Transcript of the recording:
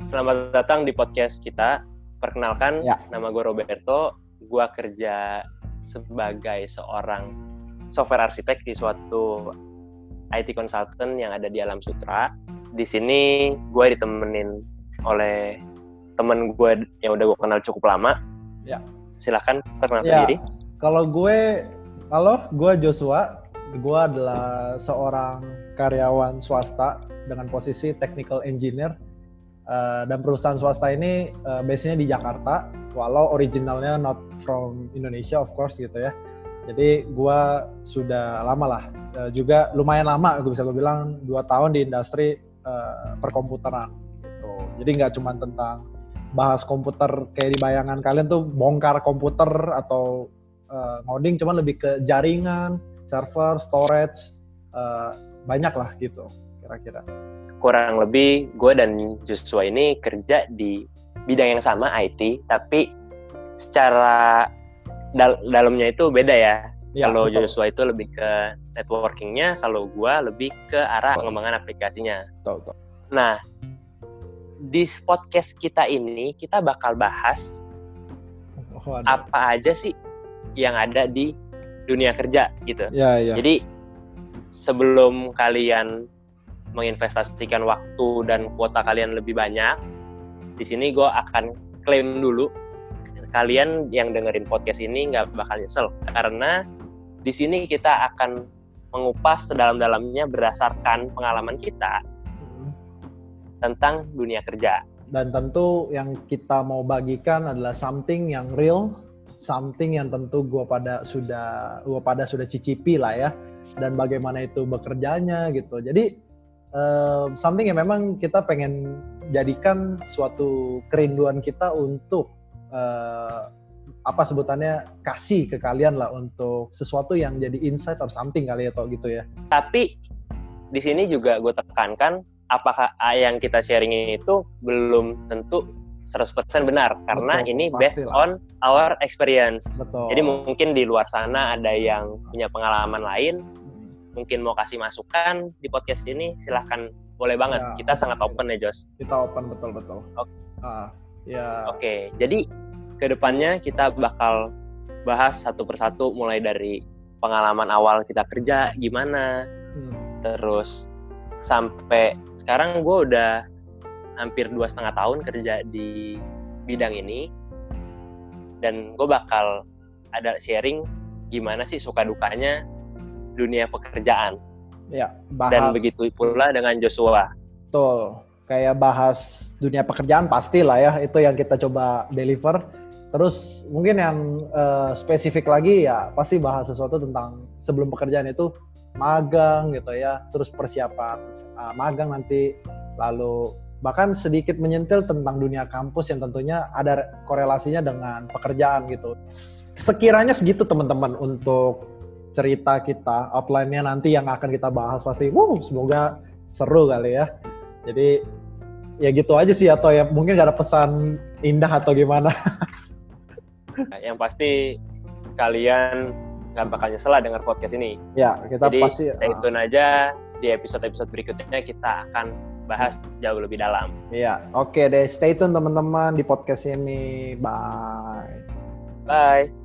Selamat datang di podcast kita. Perkenalkan, nama gue Roberto. Gue kerja sebagai seorang software arsitek di suatu IT consultant yang ada di Alam Sutra. Di sini gue ditemenin oleh temen gue yang udah gue kenal cukup lama. Ya. Silakan perkenalkan diri. Kalau gue Joshua. Gue adalah seorang karyawan swasta dengan posisi technical engineer. Dan perusahaan swasta ini base-nya di Jakarta, walau originalnya not from Indonesia of course gitu ya. Jadi gue sudah lama lah, juga lumayan lama gue bisa bilang 2 tahun di industri perkomputeran gitu. Jadi nggak cuma tentang bahas komputer kayak di bayangan kalian tuh bongkar komputer atau ngoding, cuman lebih ke jaringan, server, storage, banyak lah gitu kira-kira. Kurang lebih gue dan Joshua ini kerja di bidang yang sama IT, tapi secara dalamnya itu beda ya. Kalau Joshua itu lebih ke networkingnya, kalau gue lebih ke arah pengembangan aplikasinya. Betul. Nah, di podcast kita ini kita bakal bahas apa aja sih yang ada di dunia kerja gitu. Ya. Jadi sebelum kalian menginvestasikan waktu dan kuota kalian lebih banyak, di sini gue akan klaim dulu kalian yang dengerin podcast ini nggak bakal nyesel, karena di sini kita akan mengupas sedalam-dalamnya berdasarkan pengalaman kita tentang dunia kerja. Dan tentu yang kita mau bagikan adalah something yang real, something yang tentu gue pada sudah cicipi lah ya, dan bagaimana itu bekerjanya gitu. Jadi something yang memang kita pengen jadikan suatu kerinduan kita untuk sebutannya kasih ke kalian lah, untuk sesuatu yang jadi insight or something kali ya toh gitu ya. Tapi di sini juga gue tekankan, apakah yang kita sharingin itu belum tentu 100% benar, karena ini based on our experience. Betul. Jadi mungkin di luar sana ada yang punya pengalaman lain, mungkin mau kasih masukan di podcast ini, silahkan, boleh banget. Ya, kita sangat open ya, Jos. Kita open, betul. Oke. Jadi kedepannya kita bakal bahas satu persatu, mulai dari pengalaman awal kita kerja gimana, terus sampai sekarang gue udah hampir 2,5 tahun kerja di bidang ini, dan gue bakal ada sharing gimana sih suka dukanya dunia pekerjaan. Ya, dan begitu pula dengan Joshua. Betul, kayak bahas dunia pekerjaan pastilah ya, itu yang kita coba deliver. Terus mungkin yang spesifik lagi ya pasti bahas sesuatu tentang sebelum pekerjaan itu magang gitu ya, terus persiapan magang nanti, lalu bahkan sedikit menyentil tentang dunia kampus yang tentunya ada korelasinya dengan pekerjaan gitu. Sekiranya segitu teman-teman untuk cerita kita, outline-nya nanti yang akan kita bahas pasti semoga seru kali ya. Jadi ya gitu aja sih, atau ya mungkin gak ada pesan indah atau gimana. Yang pasti kalian gak bakal nyesel lah dengar podcast ini. Ya, kita jadi pasti stay tune aja, di episode-episode berikutnya kita akan bahas jauh lebih dalam. Iya, oke deh, stay tune teman-teman di podcast ini. Bye.